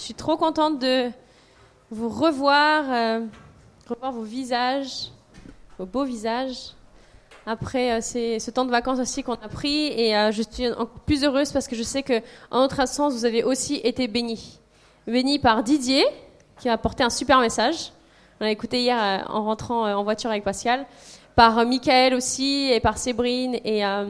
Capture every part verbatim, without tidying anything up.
suis trop contente de vous revoir, euh, revoir vos visages, vos beaux visages, après euh, ces, ce temps de vacances aussi qu'on a pris. Et euh, je suis encore plus heureuse parce que je sais qu'en notre absence, vous avez aussi été bénis. Bénis par Didier, qui a apporté un super message. On l'a écouté hier euh, en rentrant euh, en voiture avec Pascal. Par euh, Michael aussi, et par Sébrine. Et euh,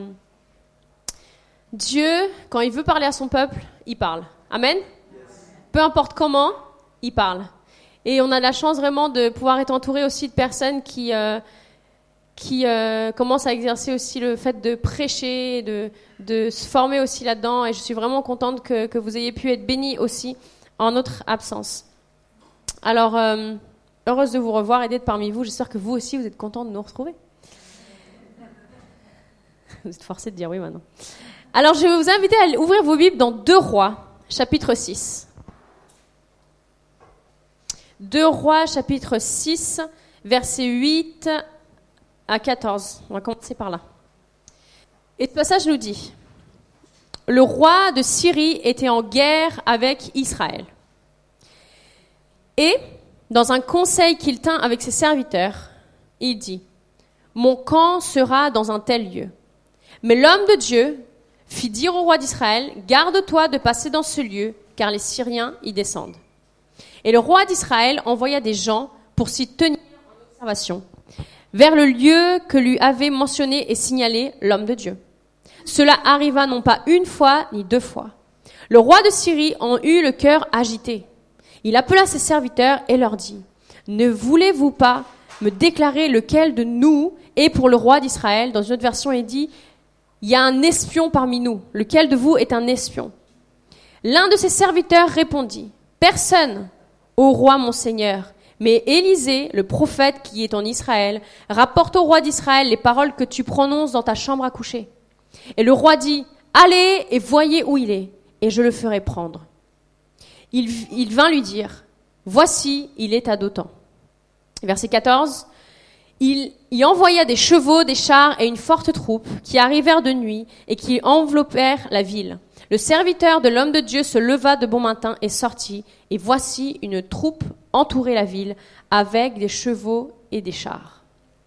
Dieu, quand il veut parler à son peuple, il parle. Amen. Peu importe comment, il parle. Et on a la chance vraiment de pouvoir être entouré aussi de personnes qui, euh, qui euh, commencent à exercer aussi le fait de prêcher, de, de se former aussi là-dedans. Et je suis vraiment contente que, que vous ayez pu être bénis aussi en notre absence. Alors, euh, heureuse de vous revoir et d'être parmi vous. J'espère que vous aussi, vous êtes contents de nous retrouver. Vous êtes forcés de dire oui maintenant. Alors, je vais vous inviter à ouvrir vos Bibles dans deux Rois, chapitre six. deux Rois, chapitre six, versets huit à quatorze. On va commencer par là. Et ce passage nous dit: le roi de Syrie était en guerre avec Israël. Et, dans un conseil qu'il tint avec ses serviteurs, il dit: mon camp sera dans un tel lieu. Mais l'homme de Dieu fit dire au roi d'Israël: garde-toi de passer dans ce lieu, car les Syriens y descendent. Et le roi d'Israël envoya des gens pour s'y tenir en observation, vers le lieu que lui avait mentionné et signalé l'homme de Dieu. Cela arriva non pas une fois, ni deux fois. Le roi de Syrie en eut le cœur agité. Il appela ses serviteurs et leur dit: ne voulez-vous pas me déclarer lequel de nous est pour le roi d'Israël? Dans une autre version, il dit: il y a un espion parmi nous. Lequel de vous est un espion? L'un de ses serviteurs répondit: personne, ô roi mon seigneur. Mais Élisée, le prophète qui est en Israël, rapporte au roi d'Israël les paroles que tu prononces dans ta chambre à coucher. Et le roi dit: allez et voyez où il est, et je le ferai prendre. Il, il vint lui dire: voici, il est à Dothan. Verset quatorze. Il y envoya des chevaux, des chars et une forte troupe qui arrivèrent de nuit et qui enveloppèrent la ville. Le serviteur de l'homme de Dieu se leva de bon matin et sortit, et voici une troupe entourait la ville avec des chevaux et des chars.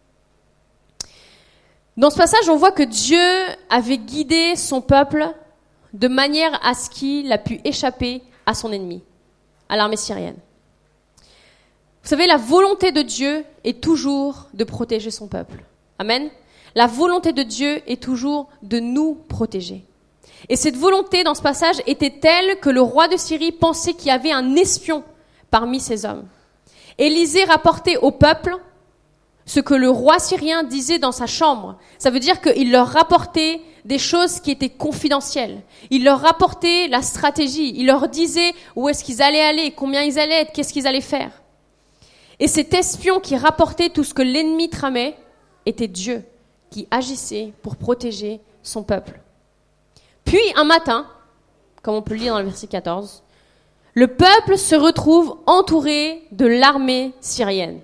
Dans ce passage, on voit que Dieu avait guidé son peuple de manière à ce qu'il a pu échapper à son ennemi, à l'armée syrienne. Vous savez, la volonté de Dieu est toujours de protéger son peuple. Amen. La volonté de Dieu est toujours de nous protéger. Et cette volonté dans ce passage était telle que le roi de Syrie pensait qu'il y avait un espion parmi ses hommes. Élisée rapportait au peuple ce que le roi syrien disait dans sa chambre. Ça veut dire qu'il leur rapportait des choses qui étaient confidentielles. Il leur rapportait la stratégie. Il leur disait où est-ce qu'ils allaient aller, combien ils allaient être, qu'est-ce qu'ils allaient faire. Et cet espion qui rapportait tout ce que l'ennemi tramait était Dieu, qui agissait pour protéger son peuple. Puis un matin, comme on peut le lire dans le verset quatorze, le peuple se retrouve entouré de l'armée syrienne.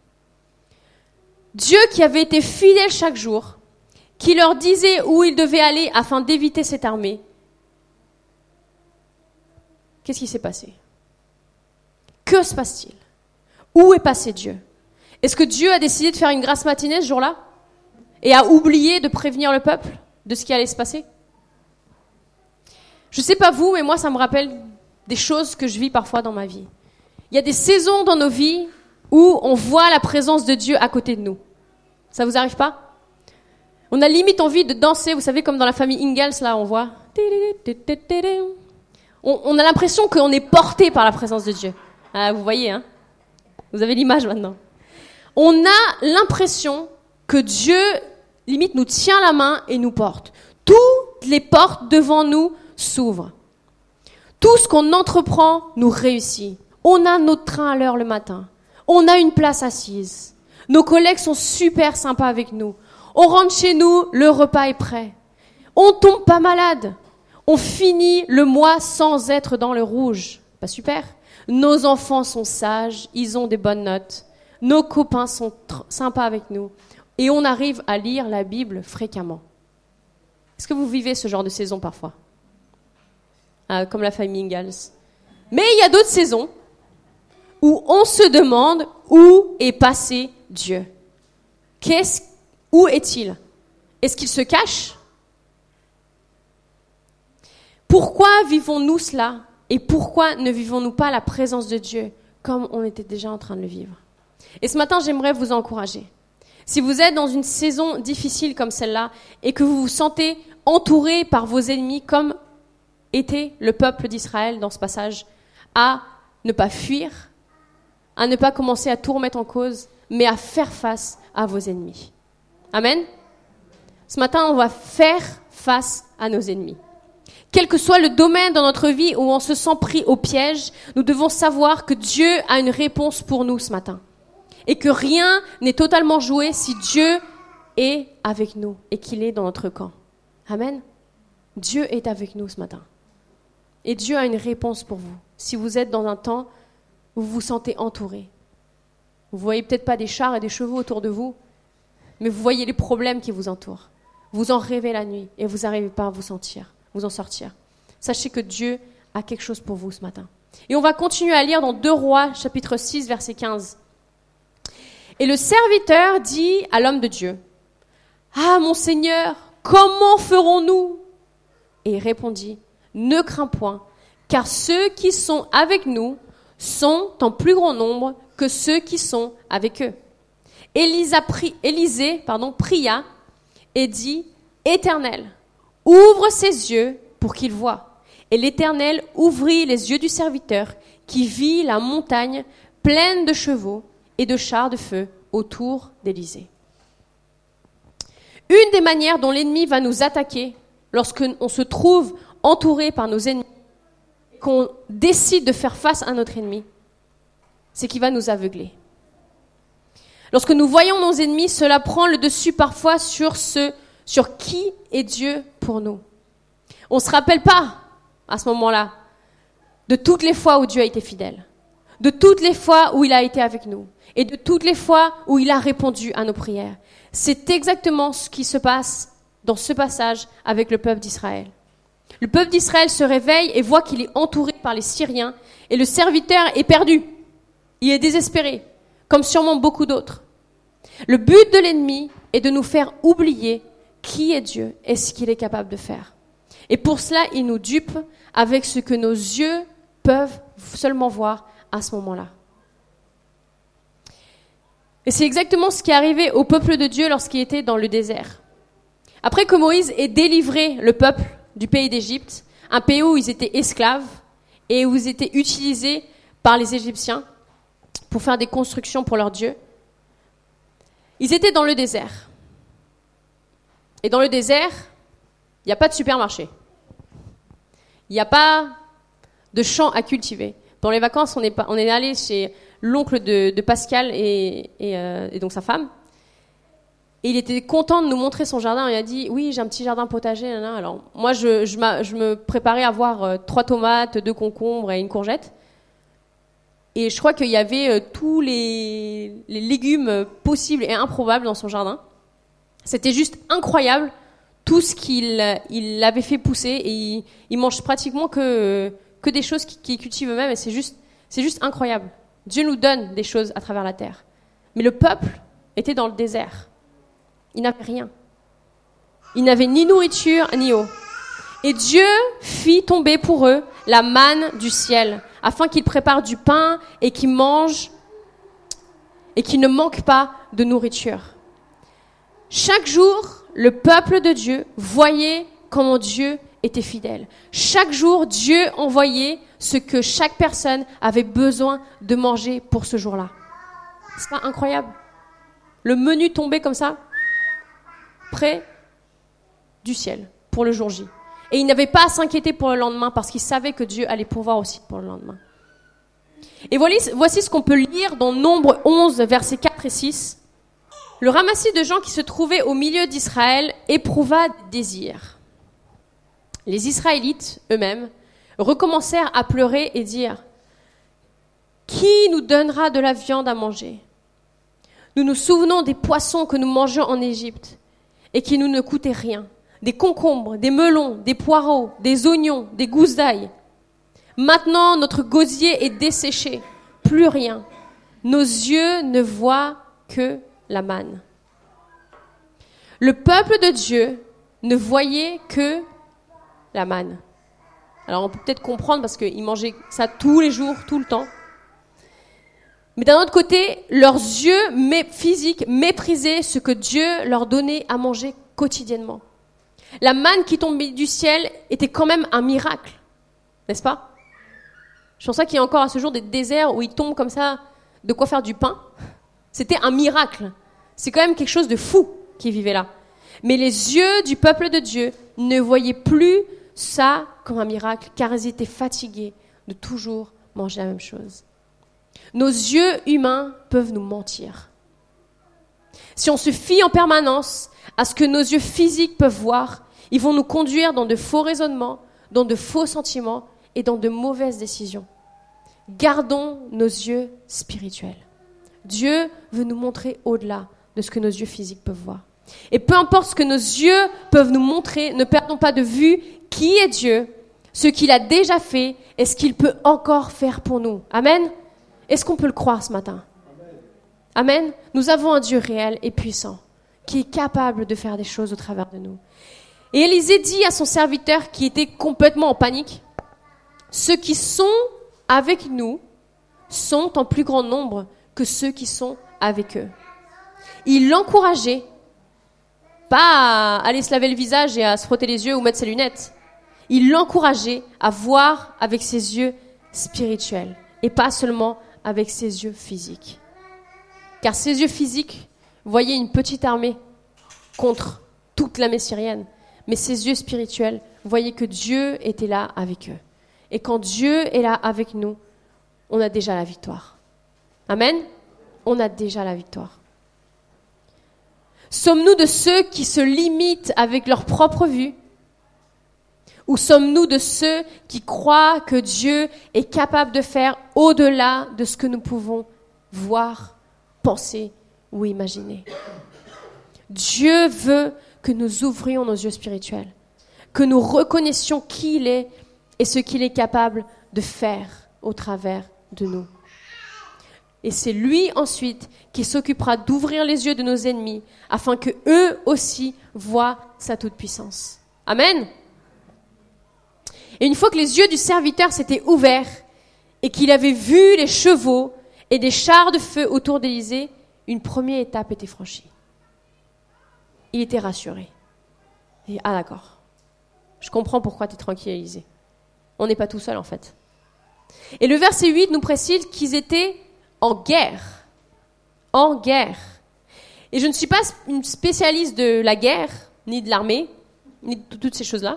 Dieu qui avait été fidèle chaque jour, qui leur disait où ils devaient aller afin d'éviter cette armée. Qu'est-ce qui s'est passé? Que se passe-t-il? Où est passé Dieu? Est-ce que Dieu a décidé de faire une grasse matinée ce jour-là et a oublié de prévenir le peuple de ce qui allait se passer? Je ne sais pas vous, mais moi, ça me rappelle des choses que je vis parfois dans ma vie. Il y a des saisons dans nos vies où on voit la présence de Dieu à côté de nous. Ça vous arrive pas? On a limite envie de danser, vous savez, comme dans la famille Ingalls, là, on voit. On, on a l'impression qu'on est porté par la présence de Dieu. Ah, vous voyez, hein? Vous avez l'image maintenant. On a l'impression que Dieu, limite, nous tient la main et nous porte. Toutes les portes devant nous s'ouvrent. Tout ce qu'on entreprend nous réussit. On a notre train à l'heure le matin. On a une place assise. Nos collègues sont super sympas avec nous. On rentre chez nous, le repas est prêt. On tombe pas malade. On finit le mois sans être dans le rouge. Pas super? Nos enfants sont sages, ils ont des bonnes notes. Nos copains sont tr- sympas avec nous. Et on arrive à lire la Bible fréquemment. Est-ce que vous vivez ce genre de saison parfois? Ah, comme la famille Ingalls. Mais il y a d'autres saisons où on se demande où est passé Dieu. Qu'est-ce, où est-il? Est-ce qu'il se cache? Pourquoi vivons-nous cela? Et pourquoi ne vivons-nous pas la présence de Dieu comme on était déjà en train de le vivre? Et ce matin, j'aimerais vous encourager. Si vous êtes dans une saison difficile comme celle-là et que vous vous sentez entouré par vos ennemis comme était le peuple d'Israël dans ce passage, à ne pas fuir, à ne pas commencer à tout remettre en cause, mais à faire face à vos ennemis. Amen. Ce matin, on va faire face à nos ennemis. Quel que soit le domaine dans notre vie où on se sent pris au piège, nous devons savoir que Dieu a une réponse pour nous ce matin. Et que rien n'est totalement joué si Dieu est avec nous et qu'il est dans notre camp. Amen. Dieu est avec nous ce matin. Et Dieu a une réponse pour vous. Si vous êtes dans un temps où vous vous sentez entouré. Vous voyez peut-être pas des chars et des chevaux autour de vous, mais vous voyez les problèmes qui vous entourent. Vous en rêvez la nuit et vous n'arrivez pas à vous sentir, vous en sortir. Sachez que Dieu a quelque chose pour vous ce matin. Et on va continuer à lire dans deux Rois, chapitre six, verset quinze. Et le serviteur dit à l'homme de Dieu, « Ah, mon Seigneur, comment ferons-nous » Et il répondit, « Ne crains point, car ceux qui sont avec nous sont en plus grand nombre que ceux qui sont avec eux. » Élisa pri, Élisée pardon, pria et dit, « Éternel, ouvre ses yeux pour qu'il voie. » Et l'Éternel ouvrit les yeux du serviteur qui vit la montagne pleine de chevaux et de chars de feu autour d'Élysée. Une des manières dont l'ennemi va nous attaquer lorsqu'on se trouve entouré par nos ennemis, qu'on décide de faire face à notre ennemi, c'est qu'il va nous aveugler. Lorsque nous voyons nos ennemis, cela prend le dessus parfois sur ce, sur qui est Dieu pour nous. On ne se rappelle pas, à ce moment-là, de toutes les fois où Dieu a été fidèle, de toutes les fois où il a été avec nous, et de toutes les fois où il a répondu à nos prières. C'est exactement ce qui se passe dans ce passage avec le peuple d'Israël. Le peuple d'Israël se réveille et voit qu'il est entouré par les Syriens, et le serviteur est perdu. Il est désespéré, comme sûrement beaucoup d'autres. Le but de l'ennemi est de nous faire oublier qui est Dieu et ce qu'il est capable de faire. Et pour cela, il nous dupe avec ce que nos yeux peuvent seulement voir à ce moment-là. Et c'est exactement ce qui est arrivé au peuple de Dieu lorsqu'il était dans le désert. Après que Moïse ait délivré le peuple du pays d'Égypte, un pays où ils étaient esclaves et où ils étaient utilisés par les Égyptiens pour faire des constructions pour leur Dieu, ils étaient dans le désert. Et dans le désert, il n'y a pas de supermarché. Il n'y a pas de champs à cultiver. Dans les vacances, on est, pas, on est allé chez l'oncle de, de Pascal et, et, euh, et donc sa femme. Et il était content de nous montrer son jardin. Il a dit, oui, j'ai un petit jardin potager. Là, là. Alors, moi, je, je, je me préparais à avoir euh, trois tomates, deux concombres et une courgette. Et je crois qu'il y avait euh, tous les, les légumes possibles et improbables dans son jardin. C'était juste incroyable tout ce qu'il il avait fait pousser. Et il, il mange pratiquement que, que des choses qu'il, qu'il cultive eux-mêmes. Et c'est juste, c'est juste incroyable. Dieu nous donne des choses à travers la terre. Mais le peuple était dans le désert. Il n'avait rien. Il n'avait ni nourriture, ni eau. Et Dieu fit tomber pour eux la manne du ciel, afin qu'ils préparent du pain et qu'ils mangent et qu'ils ne manquent pas de nourriture. Chaque jour, le peuple de Dieu voyait comment Dieu était fidèle. Chaque jour, Dieu envoyait ce que chaque personne avait besoin de manger pour ce jour-là. C'est pas incroyable? Le menu tombait comme ça, près du ciel, pour le jour J. Et il n'avait pas à s'inquiéter pour le lendemain, parce qu'il savait que Dieu allait pourvoir aussi pour le lendemain. Et voici ce qu'on peut lire dans Nombre onze, versets quatre et six. Le ramassis de gens qui se trouvaient au milieu d'Israël éprouva des désirs. Les Israélites eux-mêmes recommencèrent à pleurer et dire « Qui nous donnera de la viande à manger ? Nous nous souvenons des poissons que nous mangions en Égypte et qui nous ne coûtaient rien, des concombres, des melons, des poireaux, des oignons, des gousses d'ail. Maintenant, notre gosier est desséché, plus rien. Nos yeux ne voient que la manne. Le peuple de Dieu ne voyait que la manne. Alors on peut peut-être comprendre parce qu'ils mangeaient ça tous les jours, tout le temps. Mais d'un autre côté, leurs yeux mé- physiques méprisaient ce que Dieu leur donnait à manger quotidiennement. La manne qui tombait du ciel était quand même un miracle, n'est-ce pas? Je pense pas qu'il y a encore à ce jour des déserts où il tombe comme ça de quoi faire du pain. C'était un miracle. C'est quand même quelque chose de fou qui vivait là. Mais les yeux du peuple de Dieu ne voyaient plus ça comme un miracle, car ils étaient fatigués de toujours manger la même chose. Nos yeux humains peuvent nous mentir. Si on se fie en permanence à ce que nos yeux physiques peuvent voir, ils vont nous conduire dans de faux raisonnements, dans de faux sentiments et dans de mauvaises décisions. Gardons nos yeux spirituels. Dieu veut nous montrer au-delà de ce que nos yeux physiques peuvent voir. Et peu importe ce que nos yeux peuvent nous montrer, ne perdons pas de vue qui est Dieu, ce qu'il a déjà fait et ce qu'il peut encore faire pour nous. Amen. Est-ce qu'on peut le croire ce matin? Amen. Amen. Nous avons un Dieu réel et puissant qui est capable de faire des choses au travers de nous. Et Élisée dit à son serviteur qui était complètement en panique, « Ceux qui sont avec nous sont en plus grand nombre que ceux qui sont avec eux. » Il l'encourageait, pas à aller se laver le visage et à se frotter les yeux ou mettre ses lunettes. Il l'encourageait à voir avec ses yeux spirituels et pas seulement avec ses yeux physiques. Car ses yeux physiques voyaient une petite armée contre toute l'armée syrienne, mais ses yeux spirituels voyaient que Dieu était là avec eux. Et quand Dieu est là avec nous, on a déjà la victoire. Amen. On a déjà la victoire. Sommes-nous de ceux qui se limitent avec leur propre vue? Ou sommes-nous de ceux qui croient que Dieu est capable de faire au-delà de ce que nous pouvons voir, penser ou imaginer? Dieu veut que nous ouvrions nos yeux spirituels, que nous reconnaissions qui il est et ce qu'il est capable de faire au travers de nous. Et c'est lui ensuite qui s'occupera d'ouvrir les yeux de nos ennemis afin que eux aussi voient sa toute-puissance. Amen. Et une fois que les yeux du serviteur s'étaient ouverts et qu'il avait vu les chevaux et des chars de feu autour d'Élisée, une première étape était franchie. Il était rassuré. Il dit, ah d'accord, je comprends pourquoi tu es tranquille, Élisée. On n'est pas tout seul en fait. Et le verset huit nous précise qu'ils étaient en guerre. En guerre. Et je ne suis pas une spécialiste de la guerre, ni de l'armée, ni de toutes ces choses-là.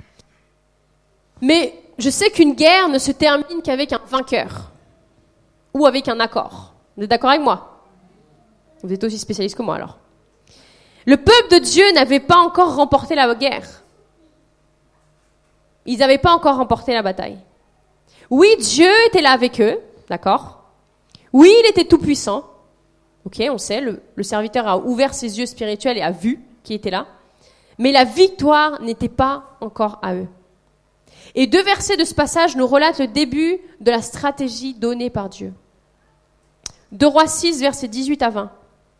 Mais je sais qu'une guerre ne se termine qu'avec un vainqueur. Ou avec un accord. Vous êtes d'accord avec moi? Vous êtes aussi spécialiste que moi alors. Le peuple de Dieu n'avait pas encore remporté la guerre. Ils n'avaient pas encore remporté la bataille. Oui, Dieu était là avec eux, d'accord? Oui, il était tout puissant. Ok, on sait, le, le serviteur a ouvert ses yeux spirituels et a vu qui était là. Mais la victoire n'était pas encore à eux. Et deux versets de ce passage nous relatent le début de la stratégie donnée par Dieu. deux Rois six, versets dix-huit à vingt.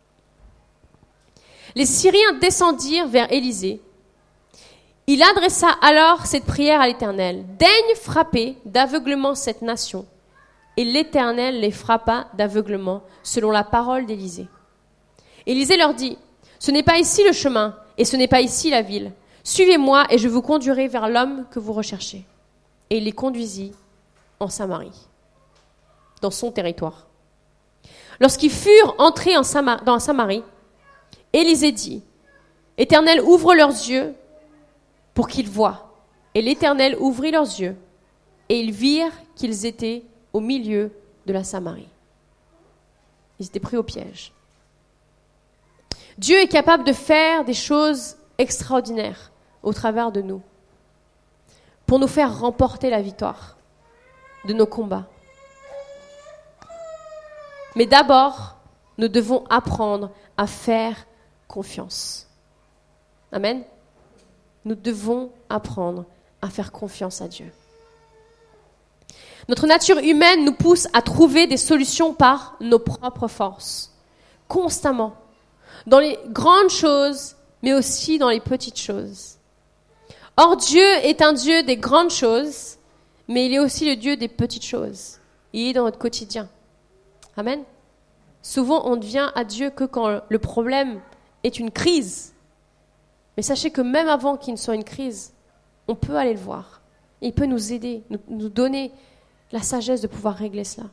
Les Syriens descendirent vers Élisée. Il adressa alors cette prière à l'Éternel. « Daigne frapper d'aveuglement cette nation. » Et l'Éternel les frappa d'aveuglement, selon la parole d'Élisée. Élisée leur dit, « Ce n'est pas ici le chemin, et ce n'est pas ici la ville. Suivez-moi, et je vous conduirai vers l'homme que vous recherchez. » Et il les conduisit en Samarie, dans son territoire. Lorsqu'ils furent entrés en Samar- dans Samarie, Élisée dit, « Éternel, ouvre leurs yeux pour qu'ils voient. » Et l'Éternel ouvrit leurs yeux, et ils virent qu'ils étaient au milieu de la Samarie. Ils étaient pris au piège. Dieu est capable de faire des choses extraordinaires au travers de nous, pour nous faire remporter la victoire de nos combats. Mais d'abord, nous devons apprendre à faire confiance. Amen. Nous devons apprendre à faire confiance à Dieu. Notre nature humaine nous pousse à trouver des solutions par nos propres forces, constamment, dans les grandes choses, mais aussi dans les petites choses. Or, Dieu est un Dieu des grandes choses, mais il est aussi le Dieu des petites choses. Il est dans notre quotidien. Amen. Souvent, on ne vient à Dieu que quand le problème est une crise. Mais sachez que même avant qu'il ne soit une crise, on peut aller le voir. Il peut nous aider, nous, nous donner la sagesse de pouvoir régler cela.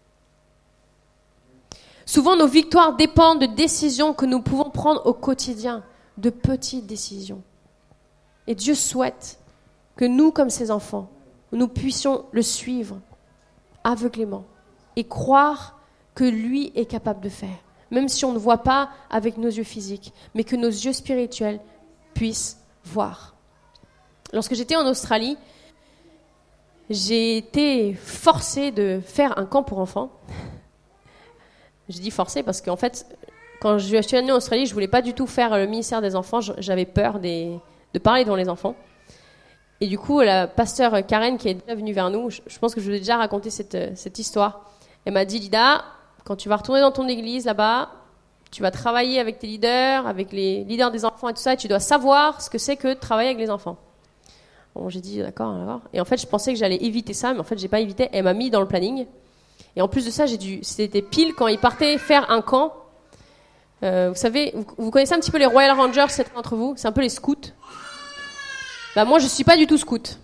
Souvent, nos victoires dépendent de décisions que nous pouvons prendre au quotidien, de petites décisions. Et Dieu souhaite que nous, comme ses enfants, nous puissions le suivre aveuglément et croire que lui est capable de faire, même si on ne voit pas avec nos yeux physiques, mais que nos yeux spirituels puissent voir. Lorsque j'étais en Australie, j'ai été forcée de faire un camp pour enfants. J'ai dit forcée parce qu'en fait, quand je suis allée en Australie, je ne voulais pas du tout faire le ministère des enfants. J'avais peur des, de parler devant les enfants. Et du coup, la pasteure Karen, qui est déjà venue vers nous, je, je pense que je vous ai déjà raconté cette, cette histoire. Elle m'a dit, Lida, quand tu vas retourner dans ton église là-bas, tu vas travailler avec tes leaders, avec les leaders des enfants et tout ça, et tu dois savoir ce que c'est que de travailler avec les enfants. Bon, j'ai dit, d'accord, d'accord. Et en fait, je pensais que j'allais éviter ça, mais en fait, j'ai pas évité. Elle m'a mis dans le planning. Et en plus de ça, j'ai dû, c'était pile quand ils partaient faire un camp. Euh, vous savez, vous, vous connaissez un petit peu les Royal Rangers, certains d'entre vous? C'est un peu les scouts. Bah, moi, je suis pas du tout scout.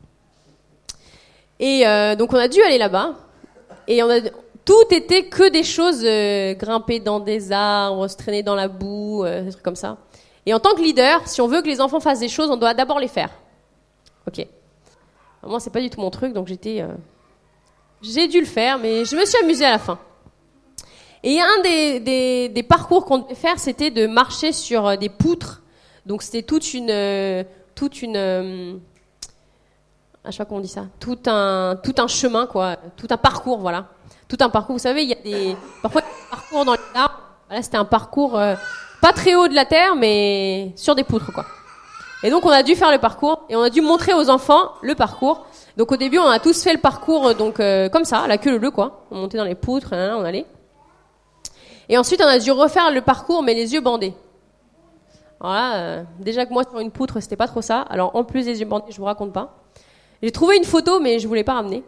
Et euh, donc, on a dû aller là-bas. Et on a, tout était que des choses, euh, grimper dans des arbres, se traîner dans la boue, euh, des trucs comme ça. Et en tant que leader, si on veut que les enfants fassent des choses, on doit d'abord les faire. Ok. Alors moi, c'est pas du tout mon truc, donc j'étais, euh, j'ai dû le faire, mais je me suis amusée à la fin. Et un des, des, des parcours qu'on devait faire, c'était de marcher sur des poutres. Donc c'était toute une, euh, toute une, euh, je sais pas comment on dit ça, tout un, tout un chemin quoi, tout un parcours, voilà, tout un parcours. Vous savez, il y a des, parfois des parcours dans les arbres. Voilà, c'était un parcours euh, pas très haut de la terre, mais sur des poutres quoi. Et donc on a dû faire le parcours et on a dû montrer aux enfants le parcours. Donc au début on a tous fait le parcours donc euh, comme ça, la queue leu quoi. On montait dans les poutres, hein, on allait. Et ensuite on a dû refaire le parcours mais les yeux bandés. Voilà, euh, déjà que moi sur une poutre c'était pas trop ça. Alors en plus des yeux bandés, je vous raconte pas. J'ai trouvé une photo mais je voulais pas ramener.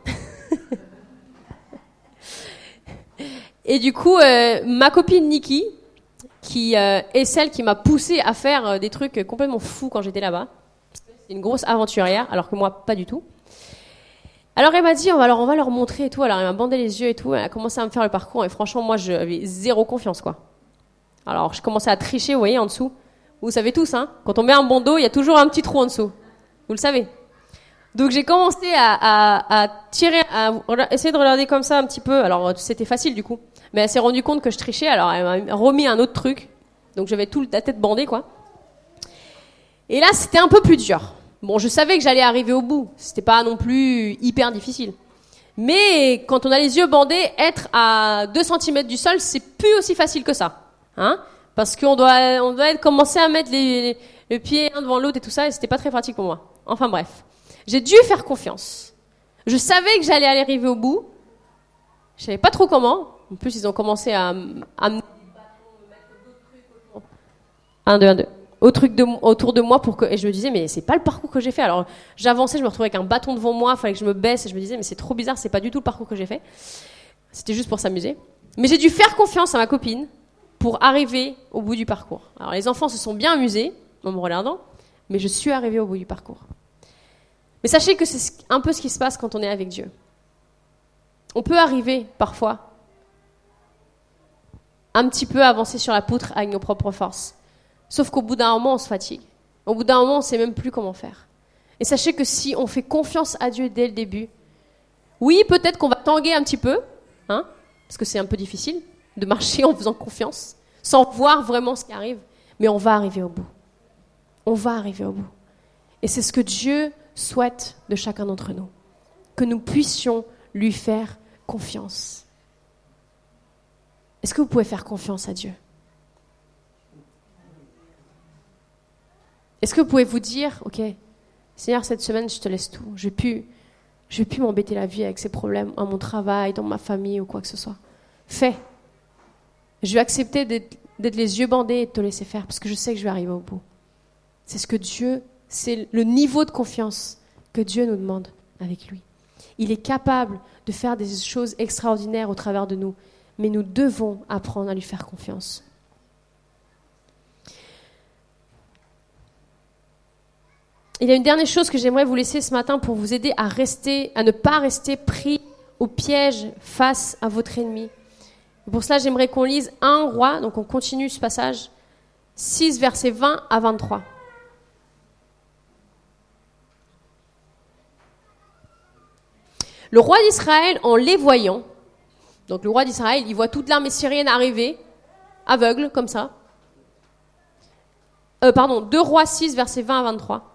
Et du coup euh, ma copine Nikki, qui euh, est celle qui m'a poussée à faire euh, des trucs complètement fous quand j'étais là-bas. C'est une grosse aventurière, alors que moi, pas du tout. Alors elle m'a dit, on va leur, on va leur montrer et tout. Alors elle m'a bandé les yeux et tout. Elle a commencé à me faire le parcours. Et franchement, moi, j'avais zéro confiance, quoi. Alors je commençais à tricher, vous voyez, en dessous. Vous savez tous, hein. Quand on met un bandeau, il y a toujours un petit trou en dessous. Vous le savez. Donc j'ai commencé à, à, à tirer, à essayer de regarder comme ça un petit peu. Alors c'était facile du coup. Mais elle s'est rendue compte que je trichais, alors elle m'a remis un autre truc. Donc j'avais toute la tête bandée, quoi. Et là, c'était un peu plus dur. Bon, je savais que j'allais arriver au bout. C'était pas non plus hyper difficile. Mais quand on a les yeux bandés, être à deux centimètres du sol, c'est plus aussi facile que ça. Hein? Parce qu'on doit, on doit commencer à mettre les, les, le pied un devant l'autre et tout ça, et c'était pas très pratique pour moi. Enfin bref. J'ai dû faire confiance. Je savais que j'allais arriver au bout. Je savais pas trop comment. En plus, ils ont commencé à, à me un, deux, un, deux. Au truc de, autour de moi pour que, et je me disais, mais c'est pas le parcours que j'ai fait. Alors, j'avançais, je me retrouvais avec un bâton devant moi, il fallait que je me baisse, et je me disais, mais c'est trop bizarre, c'est pas du tout le parcours que j'ai fait. C'était juste pour s'amuser. Mais j'ai dû faire confiance à ma copine pour arriver au bout du parcours. Alors, les enfants se sont bien amusés, en me regardant, mais je suis arrivée au bout du parcours. Mais sachez que c'est un peu ce qui se passe quand on est avec Dieu. On peut arriver, parfois, un petit peu avancer sur la poutre avec nos propres forces. Sauf qu'au bout d'un moment, on se fatigue. Au bout d'un moment, on ne sait même plus comment faire. Et sachez que si on fait confiance à Dieu dès le début, oui, peut-être qu'on va tanguer un petit peu, hein, parce que c'est un peu difficile de marcher en faisant confiance, sans voir vraiment ce qui arrive, mais on va arriver au bout. On va arriver au bout. Et c'est ce que Dieu souhaite de chacun d'entre nous, que nous puissions lui faire confiance. Est-ce que vous pouvez faire confiance à Dieu? Est-ce que vous pouvez vous dire, ok, Seigneur, cette semaine, je te laisse tout. Je vais plus, Je ne vais plus m'embêter la vie avec ces problèmes à mon travail, dans ma famille ou quoi que ce soit. Fais. Je vais accepter d'être, d'être les yeux bandés et de te laisser faire parce que je sais que je vais arriver au bout. C'est ce que Dieu, c'est le niveau de confiance que Dieu nous demande avec lui. Il est capable de faire des choses extraordinaires au travers de nous, mais nous devons apprendre à lui faire confiance. Il y a une dernière chose que j'aimerais vous laisser ce matin pour vous aider à rester, à ne pas rester pris au piège face à votre ennemi. Et pour cela, j'aimerais qu'on lise un roi, donc on continue ce passage, six, versets vingt à vingt-trois. Le roi d'Israël, en les voyant, donc le roi d'Israël, il voit toute l'armée syrienne arriver, aveugle, comme ça. Euh, pardon, deux Rois six, versets vingt à vingt-trois.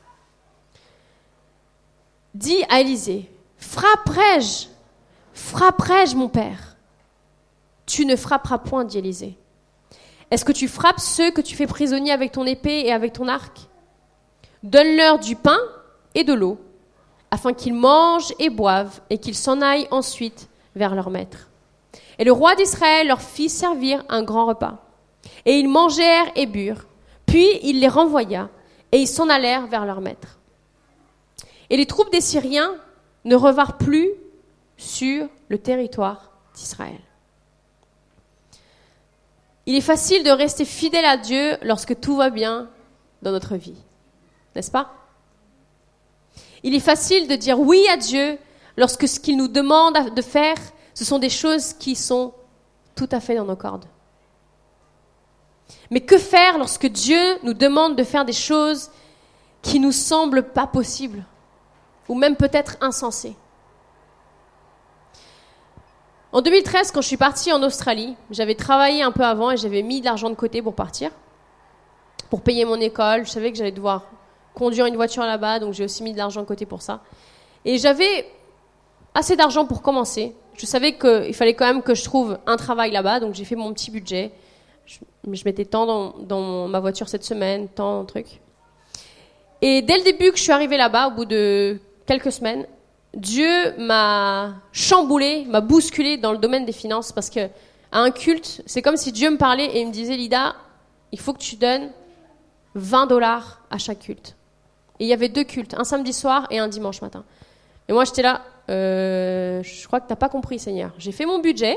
Dit à Élisée, frapperai-je, frapperai-je mon père? Tu ne frapperas point, dit Élisée. Est-ce que tu frappes ceux que tu fais prisonniers avec ton épée et avec ton arc? Donne-leur du pain et de l'eau, afin qu'ils mangent et boivent, et qu'ils s'en aillent ensuite vers leur maître. Et le roi d'Israël leur fit servir un grand repas. Et ils mangèrent et burent, puis il les renvoya, et ils s'en allèrent vers leur maître. Et les troupes des Syriens ne revinrent plus sur le territoire d'Israël. Il est facile de rester fidèle à Dieu lorsque tout va bien dans notre vie, n'est-ce pas? Il est facile de dire oui à Dieu lorsque ce qu'il nous demande de faire, ce sont des choses qui sont tout à fait dans nos cordes. Mais que faire lorsque Dieu nous demande de faire des choses qui nous semblent pas possibles, ou même peut-être insensées? En deux mille treize, quand je suis partie en Australie, j'avais travaillé un peu avant et j'avais mis de l'argent de côté pour partir, pour payer mon école. Je savais que j'allais devoir conduire une voiture là-bas, donc j'ai aussi mis de l'argent de côté pour ça. Et j'avais assez d'argent pour commencer. Je savais qu'il fallait quand même que je trouve un travail là-bas, donc j'ai fait mon petit budget. Je, je mettais tant dans, dans ma voiture cette semaine, tant de trucs. Et dès le début que je suis arrivée là-bas, au bout de quelques semaines, Dieu m'a chamboulé, m'a bousculé dans le domaine des finances, parce que à un culte, c'est comme si Dieu me parlait et il me disait, Lida, il faut que tu donnes vingt dollars à chaque culte. Et il y avait deux cultes, un samedi soir et un dimanche matin. Et moi, j'étais là, euh, je crois que t'as pas compris, Seigneur. J'ai fait mon budget,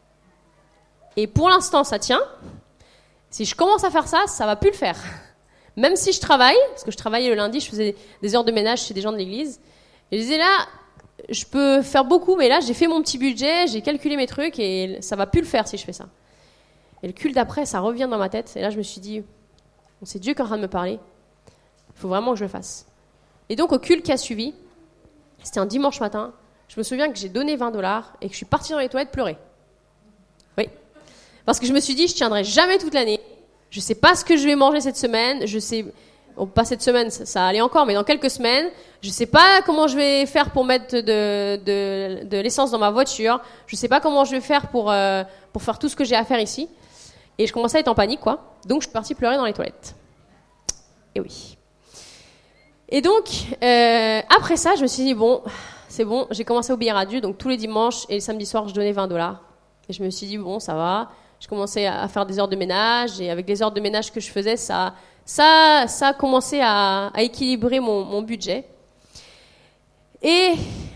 et pour l'instant, ça tient. Si je commence à faire ça, ça va plus le faire. Même si je travaille, parce que je travaillais le lundi, je faisais des heures de ménage chez des gens de l'église. Et je disais là, je peux faire beaucoup, mais là, j'ai fait mon petit budget, j'ai calculé mes trucs, et ça va plus le faire si je fais ça. Et le culte d'après, ça revient dans ma tête, et là, je me suis dit, bon, c'est Dieu qui est en train de me parler. Il faut vraiment que je le fasse. Et donc, au culte qui a suivi, c'était un dimanche matin, je me souviens que j'ai donné vingt dollars et que je suis partie dans les toilettes pleurer. Oui. Parce que je me suis dit, je tiendrai jamais toute l'année. Je sais pas ce que je vais manger cette semaine. Je sais, bon, pas cette semaine, ça, ça allait encore, mais dans quelques semaines, je sais pas comment je vais faire pour mettre de, de, de l'essence dans ma voiture. Je sais pas comment je vais faire pour, euh, pour faire tout ce que j'ai à faire ici. Et je commençais à être en panique, quoi. Donc, je suis partie pleurer dans les toilettes. Et oui. Et donc, euh, après ça, je me suis dit, bon, c'est bon, j'ai commencé à obéir à Dieu. Donc, tous les dimanches et le samedi soir, je donnais vingt dollars. Et je me suis dit, bon, ça va. Je commençais à faire des heures de ménage. Et avec les heures de ménage que je faisais, ça, ça, ça a commencé à, à équilibrer mon, mon budget. Et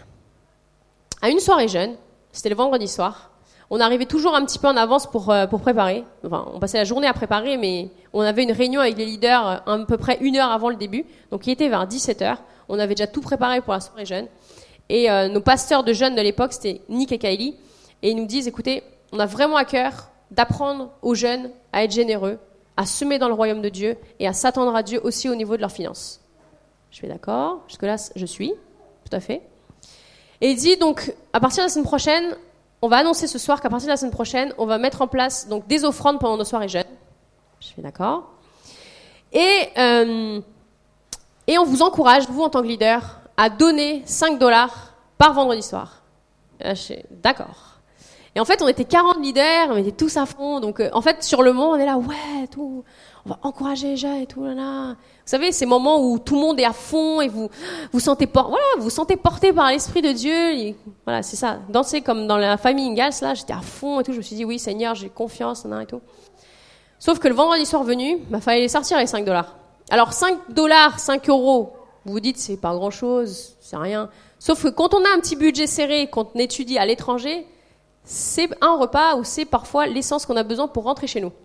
à une soirée jeune, c'était le vendredi soir, on arrivait toujours un petit peu en avance pour, euh, pour préparer. Enfin, on passait la journée à préparer, mais on avait une réunion avec les leaders à peu près une heure avant le début. Donc, il était vers dix-sept heures. On avait déjà tout préparé pour la soirée jeune. Et euh, nos pasteurs de jeunes de l'époque, c'était Nick et Kylie. Et ils nous disent, écoutez, on a vraiment à cœur d'apprendre aux jeunes à être généreux, à semer dans le royaume de Dieu et à s'attendre à Dieu aussi au niveau de leurs finances. Je fais d'accord. Jusque-là, je suis. Tout à fait. Et il dit, donc, à partir de la semaine prochaine, on va annoncer ce soir qu'à partir de la semaine prochaine, on va mettre en place donc des offrandes pendant nos soirées jeunes. Je fais d'accord. Et, euh, et on vous encourage, vous en tant que leader, à donner cinq dollars par vendredi soir. Là, je fais d'accord. Et en fait, on était quarante leaders, on était tous à fond. Donc, euh, en fait, sur le moment, on est là, ouais, tout, on va encourager les gens et tout, là, là. Vous savez, ces moments où tout le monde est à fond et vous vous sentez por- voilà, vous vous sentez porté par l'Esprit de Dieu. Et, voilà, c'est ça. Danser comme dans la famille Ingalls, là, j'étais à fond et tout. Je me suis dit, oui, Seigneur, j'ai confiance, là, et tout. Sauf que le vendredi soir venu, il bah, fallait sortir les cinq dollars. Alors, cinq dollars, cinq euros, vous vous dites, c'est pas grand-chose, c'est rien. Sauf que quand on a un petit budget serré, quand on étudie à l'étranger, c'est un repas ou c'est parfois l'essence qu'on a besoin pour rentrer chez nous.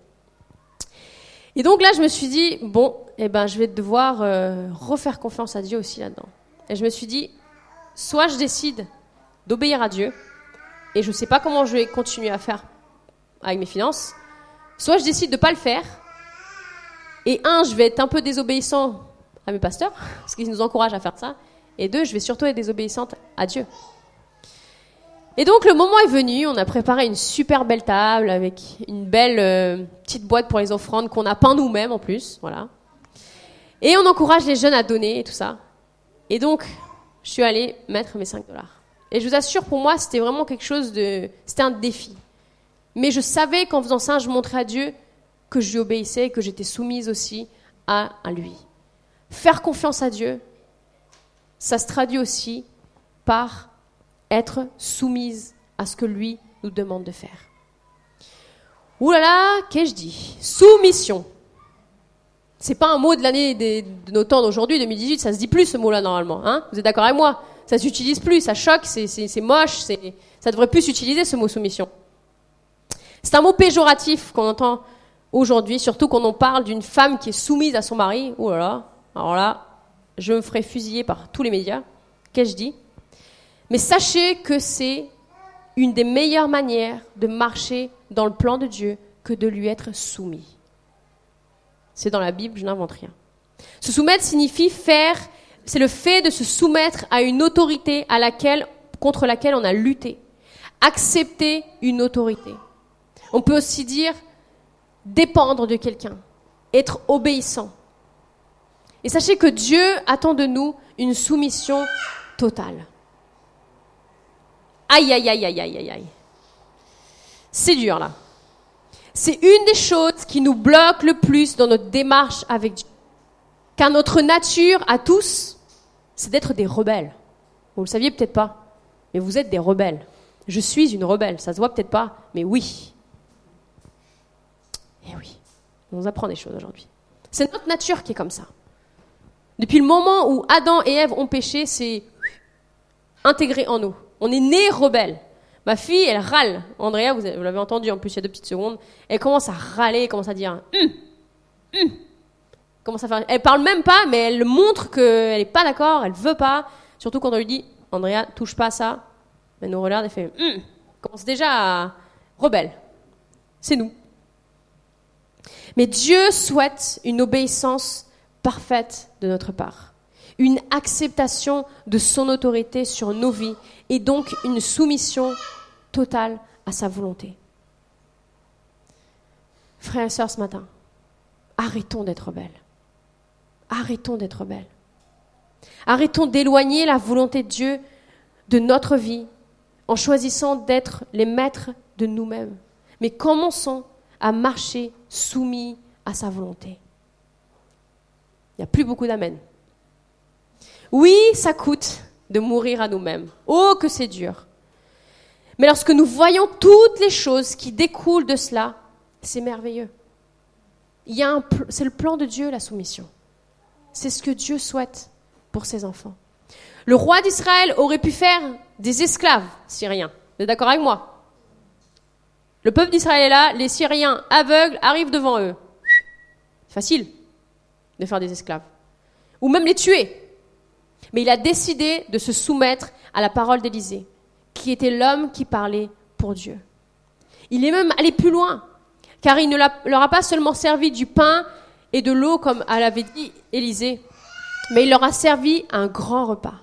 Et donc là, je me suis dit, bon, eh ben, je vais devoir euh, refaire confiance à Dieu aussi là-dedans. Et je me suis dit, soit je décide d'obéir à Dieu, et je ne sais pas comment je vais continuer à faire avec mes finances, soit je décide de ne pas le faire, et un, je vais être un peu désobéissant à mes pasteurs, parce qu'ils nous encouragent à faire ça, et deux, je vais surtout être désobéissante à Dieu. Et donc le moment est venu, on a préparé une super belle table avec une belle euh, petite boîte pour les offrandes qu'on a peint nous-mêmes en plus, voilà. Et on encourage les jeunes à donner et tout ça. Et donc, je suis allée mettre mes cinq dollars. Et je vous assure, pour moi, c'était vraiment quelque chose de... C'était un défi. Mais je savais qu'en faisant ça, je montrais à Dieu que je lui obéissais et que j'étais soumise aussi à, à lui. Faire confiance à Dieu, ça se traduit aussi par être soumise à ce que lui nous demande de faire. Ouh là là, qu'ai-je dit ? Soumission. C'est pas un mot de l'année des, de nos temps d'aujourd'hui, deux mille dix-huit, ça se dit plus ce mot-là normalement. Hein ? Vous êtes d'accord avec moi ? Ça s'utilise plus, ça choque, c'est, c'est, c'est moche, c'est, ça devrait plus s'utiliser ce mot soumission. C'est un mot péjoratif qu'on entend aujourd'hui, surtout quand on parle d'une femme qui est soumise à son mari. Ouh là là, alors là, je me ferai fusiller par tous les médias. Qu'ai-je dit ? Mais sachez que c'est une des meilleures manières de marcher dans le plan de Dieu que de lui être soumis. C'est dans la Bible, je n'invente rien. Se soumettre signifie faire, c'est le fait de se soumettre à une autorité à laquelle, contre laquelle on a lutté. Accepter une autorité. On peut aussi dire dépendre de quelqu'un, être obéissant. Et sachez que Dieu attend de nous une soumission totale. Aïe, aïe, aïe, aïe, aïe, aïe, aïe. C'est dur, là. C'est une des choses qui nous bloque le plus dans notre démarche avec Dieu. Car notre nature, à tous, c'est d'être des rebelles. Vous le saviez peut-être pas, mais vous êtes des rebelles. Je suis une rebelle, ça se voit peut-être pas, mais oui. Et oui, on nous apprend des choses aujourd'hui. C'est notre nature qui est comme ça. Depuis le moment où Adam et Ève ont péché, c'est intégré en nous. On est né rebelle. Ma fille, elle râle. Andrea, vous l'avez entendu en plus il y a deux petites secondes. Elle commence à râler, elle commence à dire hum, hum. Commence à faire. Elle parle même pas, mais elle montre qu'elle est pas d'accord, elle veut pas. Surtout quand on lui dit Andrea, touche pas à ça. Elle nous regarde et fait hum. Elle commence déjà à rebelle. C'est nous. Mais Dieu souhaite une obéissance parfaite de notre part. Une acceptation de son autorité sur nos vies et donc une soumission totale à sa volonté. Frères et sœurs, ce matin, arrêtons d'être rebelles. Arrêtons d'être rebelles. Arrêtons d'éloigner la volonté de Dieu de notre vie en choisissant d'être les maîtres de nous-mêmes. Mais commençons à marcher soumis à sa volonté. Il n'y a plus beaucoup d'amen. Oui, ça coûte de mourir à nous-mêmes. Oh, que c'est dur. Mais lorsque nous voyons toutes les choses qui découlent de cela, c'est merveilleux. Il y a un, c'est le plan de Dieu, la soumission. C'est ce que Dieu souhaite pour ses enfants. Le roi d'Israël aurait pu faire des esclaves syriens. Vous êtes d'accord avec moi ? Le peuple d'Israël est là, les Syriens aveugles arrivent devant eux. C'est facile de faire des esclaves. Ou même les tuer. Mais il a décidé de se soumettre à la parole d'Élisée, qui était l'homme qui parlait pour Dieu. Il est même allé plus loin, car il ne leur a pas seulement servi du pain et de l'eau, comme l'avait dit Élisée, mais il leur a servi un grand repas.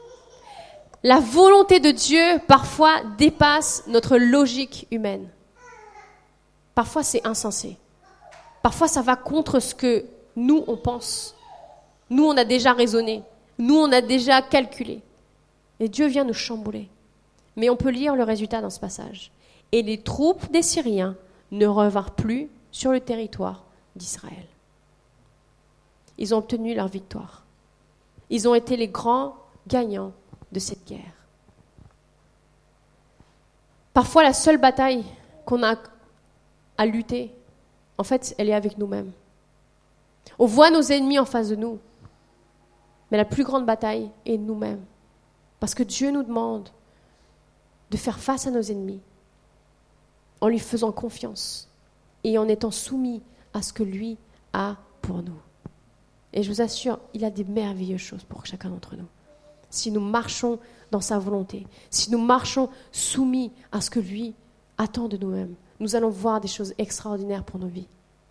La volonté de Dieu, parfois, dépasse notre logique humaine. Parfois, c'est insensé. Parfois, ça va contre ce que nous, on pense. Nous, on a déjà raisonné. Nous, on a déjà calculé. Et Dieu vient nous chambouler. Mais on peut lire le résultat dans ce passage. et les troupes des Syriens ne revinrent plus sur le territoire d'Israël. Ils ont obtenu leur victoire. Ils ont été les grands gagnants de cette guerre. Parfois, la seule bataille qu'on a à lutter, en fait, elle est avec nous-mêmes. On voit nos ennemis en face de nous, mais la plus grande bataille est nous-mêmes. Parce que Dieu nous demande de faire face à nos ennemis en lui faisant confiance et en étant soumis à ce que lui a pour nous. Et je vous assure, il a des merveilleuses choses pour chacun d'entre nous. Si nous marchons dans sa volonté, si nous marchons soumis à ce que lui attend de nous-mêmes, nous allons voir des choses extraordinaires pour nos vies.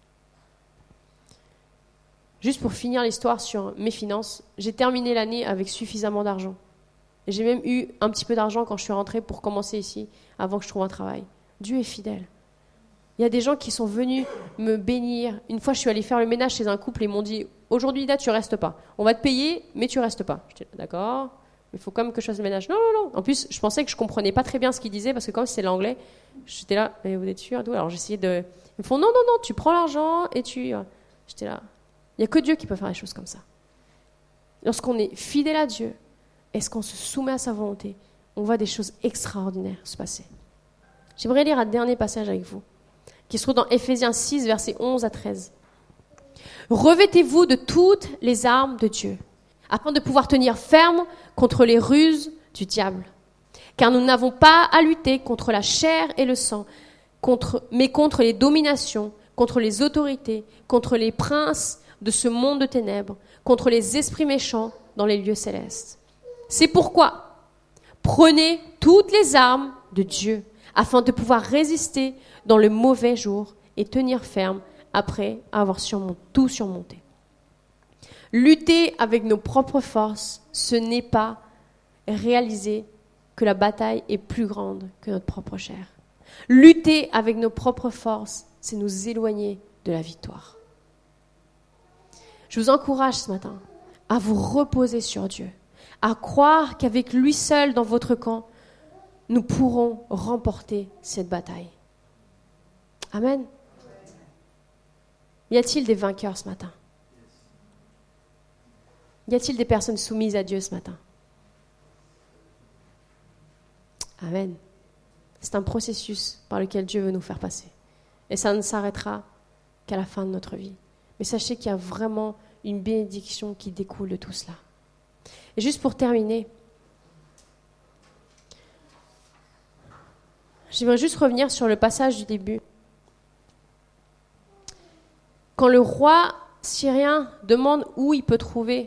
Juste pour finir l'histoire sur mes finances, j'ai terminé l'année avec suffisamment d'argent. Et j'ai même eu un petit peu d'argent quand je suis rentrée pour commencer ici, avant que je trouve un travail. Dieu est fidèle. Il y a des gens qui sont venus me bénir. Une fois, je suis allée faire le ménage chez un couple et ils m'ont dit « Aujourd'hui, Ida, tu restes pas. On va te payer, mais tu restes pas. » J'étais « D'accord, mais il faut quand même que je fasse le ménage. » Non, non, non. En plus, je pensais que je comprenais pas très bien ce qu'ils disaient parce que comme c'est l'anglais, j'étais là « Mais vous êtes sûr ?» Alors j'essayais de... Ils me font « Non, non, non, tu prends l'argent et tu... » J'étais là. Il n'y a que Dieu qui peut faire des choses comme ça. Lorsqu'on est fidèle à Dieu, est-ce qu'on se soumet à sa volonté, on voit des choses extraordinaires se passer. J'aimerais lire un dernier passage avec vous, qui se trouve dans Éphésiens six, versets onze à treize. « Revêtez-vous de toutes les armes de Dieu, afin de pouvoir tenir ferme contre les ruses du diable. Car nous n'avons pas à lutter contre la chair et le sang, contre, mais contre les dominations, contre les autorités, contre les princes de ce monde de ténèbres, contre les esprits méchants dans les lieux célestes. C'est pourquoi prenez toutes les armes de Dieu, afin de pouvoir résister dans le mauvais jour et tenir ferme après avoir surmonté, tout surmonté. Lutter avec nos propres forces, ce n'est pas réaliser que la bataille est plus grande que notre propre chair. Lutter avec nos propres forces, c'est nous éloigner de la victoire. Je vous encourage ce matin à vous reposer sur Dieu, à croire qu'avec lui seul dans votre camp, nous pourrons remporter cette bataille. Amen. Y a-t-il des vainqueurs ce matin? Y a-t-il des personnes soumises à Dieu ce matin? Amen. C'est un processus par lequel Dieu veut nous faire passer. Et ça ne s'arrêtera qu'à la fin de notre vie. Mais sachez qu'il y a vraiment une bénédiction qui découle de tout cela. Et juste pour terminer, j'aimerais juste revenir sur le passage du début. Quand le roi syrien demande où il peut trouver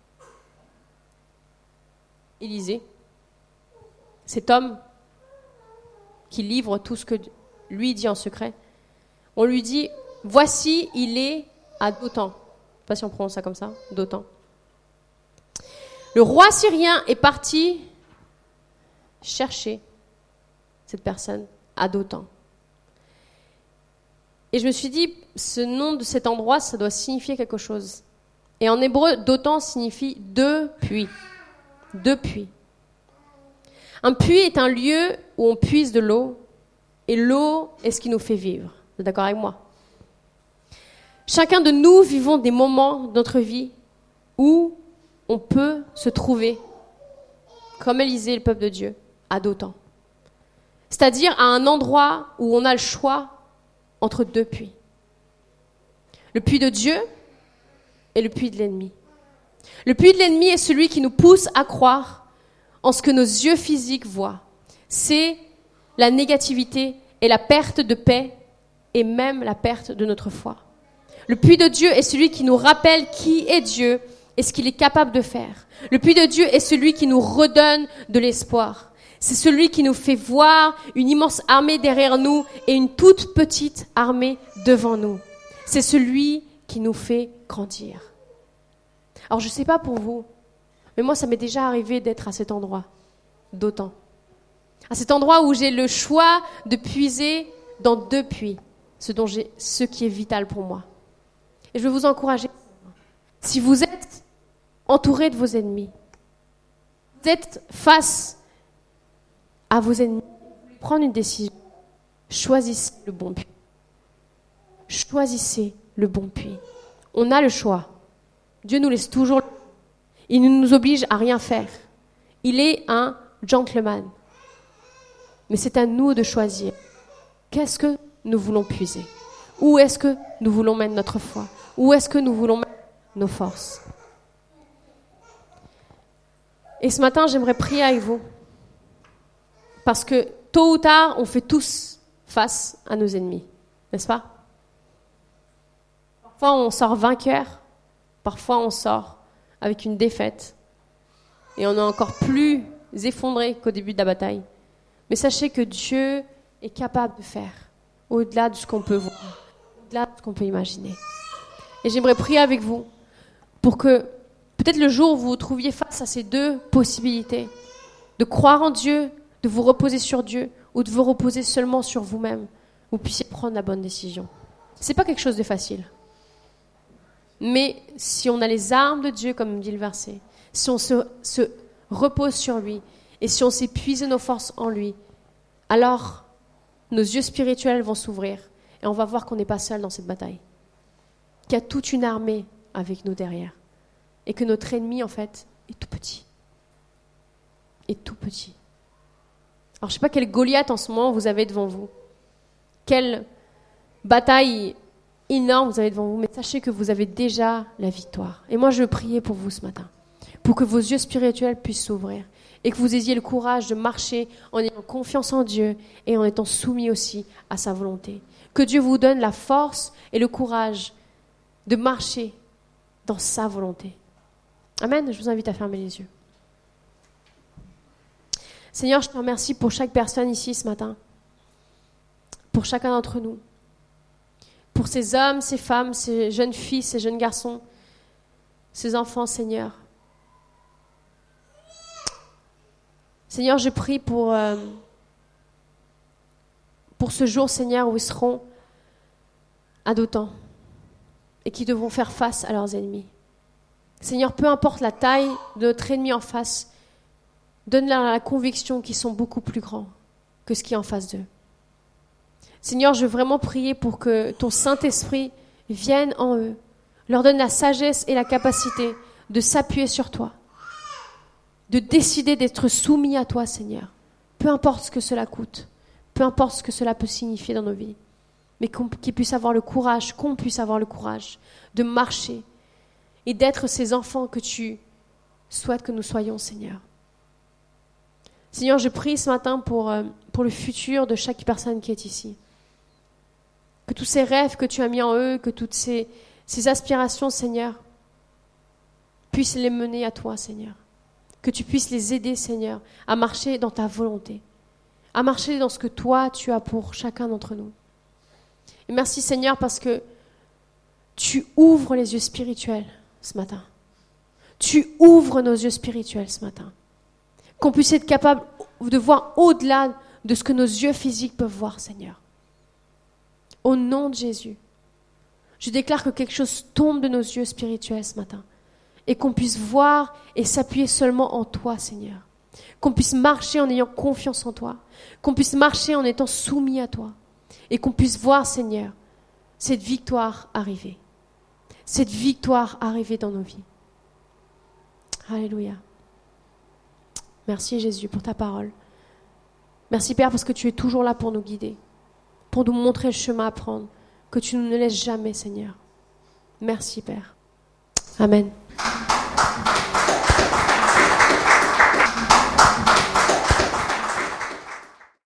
Élisée, cet homme qui livre tout ce que lui dit en secret, on lui dit « Voici, il est à Dothan ». Je ne sais pas si on prononce ça comme ça, Dothan. Le roi syrien est parti chercher cette personne à Dothan. Et je me suis dit, ce nom de cet endroit, ça doit signifier quelque chose. Et en hébreu, Dothan signifie deux puits. Deux puits. Un puits est un lieu où on puise de l'eau, et l'eau est ce qui nous fait vivre. Vous êtes d'accord avec moi? Chacun de nous vivons des moments de notre vie où on peut se trouver, comme Élisée, le peuple de Dieu, à Dothan. C'est-à-dire à un endroit où on a le choix entre deux puits. Le puits de Dieu et le puits de l'ennemi. Le puits de l'ennemi est celui qui nous pousse à croire en ce que nos yeux physiques voient. C'est la négativité et la perte de paix et même la perte de notre foi. Le puits de Dieu est celui qui nous rappelle qui est Dieu et ce qu'il est capable de faire. Le puits de Dieu est celui qui nous redonne de l'espoir. C'est celui qui nous fait voir une immense armée derrière nous et une toute petite armée devant nous. C'est celui qui nous fait grandir. Alors je ne sais pas pour vous, mais moi ça m'est déjà arrivé d'être à cet endroit, Dothan. À cet endroit où j'ai le choix de puiser dans deux puits, ce, dont j'ai, ce qui est vital pour moi. Et je veux vous encourager, si vous êtes entouré de vos ennemis, vous êtes face à vos ennemis, prendre une décision. choisissez le bon puits. Choisissez le bon puits. On a le choix. Dieu nous laisse toujours. Il ne nous oblige à rien faire. Il est un gentleman. Mais c'est à nous de choisir. Qu'est-ce que nous voulons puiser? Où est-ce que nous voulons mettre notre foi? Où est-ce que nous voulons mettre nos forces? Et ce matin, j'aimerais prier avec vous. Parce que tôt ou tard, on fait tous face à nos ennemis. N'est-ce pas? Parfois, on sort vainqueur. Parfois, on sort avec une défaite. Et on est encore plus effondré qu'au début de la bataille. Mais sachez que Dieu est capable de faire au-delà de ce qu'on peut voir, au-delà de ce qu'on peut imaginer. Et j'aimerais prier avec vous pour que peut-être le jour où vous vous trouviez face à ces deux possibilités, de croire en Dieu, de vous reposer sur Dieu ou de vous reposer seulement sur vous-même, vous puissiez prendre la bonne décision. C'est pas quelque chose de facile. Mais si on a les armes de Dieu, comme dit le verset, si on se, se repose sur lui et si on sait puiser nos forces en lui, alors nos yeux spirituels vont s'ouvrir et on va voir qu'on n'est pas seul dans cette bataille. Qu'il y a toute une armée avec nous derrière et que notre ennemi, en fait, est tout petit. Est tout petit. Alors, je ne sais pas quel Goliath en ce moment vous avez devant vous. Quelle bataille énorme vous avez devant vous, mais sachez que vous avez déjà la victoire. Et moi, je veux prier pour vous ce matin, pour que vos yeux spirituels puissent s'ouvrir et que vous ayez le courage de marcher en ayant confiance en Dieu et en étant soumis aussi à sa volonté. Que Dieu vous donne la force et le courage de marcher dans sa volonté. Amen. Je vous invite à fermer les yeux. Seigneur, je te remercie pour chaque personne ici ce matin, pour chacun d'entre nous, pour ces hommes, ces femmes, ces jeunes filles, ces jeunes garçons, ces enfants, Seigneur. Seigneur, je prie pour, euh, pour ce jour, Seigneur, où ils seront adotants et qui devront faire face à leurs ennemis. Seigneur, peu importe la taille de notre ennemi en face, donne-leur la conviction qu'ils sont beaucoup plus grands que ce qui est en face d'eux. Seigneur, je veux vraiment prier pour que ton Saint-Esprit vienne en eux, leur donne la sagesse et la capacité de s'appuyer sur toi, de décider d'être soumis à toi, Seigneur, peu importe ce que cela coûte, peu importe ce que cela peut signifier dans nos vies, mais qu'on, qu'ils puissent avoir le courage, qu'on puisse avoir le courage de marcher et d'être ces enfants que tu souhaites que nous soyons, Seigneur. Seigneur, je prie ce matin pour, euh, pour le futur de chaque personne qui est ici. Que tous ces rêves que tu as mis en eux, que toutes ces, ces aspirations, Seigneur, puissent les mener à toi, Seigneur. Que tu puisses les aider, Seigneur, à marcher dans ta volonté, à marcher dans ce que toi, tu as pour chacun d'entre nous. Et merci, Seigneur, parce que tu ouvres les yeux spirituels ce matin. Tu ouvres nos yeux spirituels ce matin. Qu'on puisse être capable de voir au-delà de ce que nos yeux physiques peuvent voir, Seigneur. Au nom de Jésus, je déclare que quelque chose tombe de nos yeux spirituels ce matin et qu'on puisse voir et s'appuyer seulement en toi, Seigneur. Qu'on puisse marcher en ayant confiance en toi, qu'on puisse marcher en étant soumis à toi et qu'on puisse voir, Seigneur, cette victoire arriver. Cette victoire arriver dans nos vies. Alléluia. Merci Jésus pour ta parole. Merci Père parce que tu es toujours là pour nous guider, pour nous montrer le chemin à prendre, que tu ne nous laisses jamais, Seigneur. Merci Père. Amen.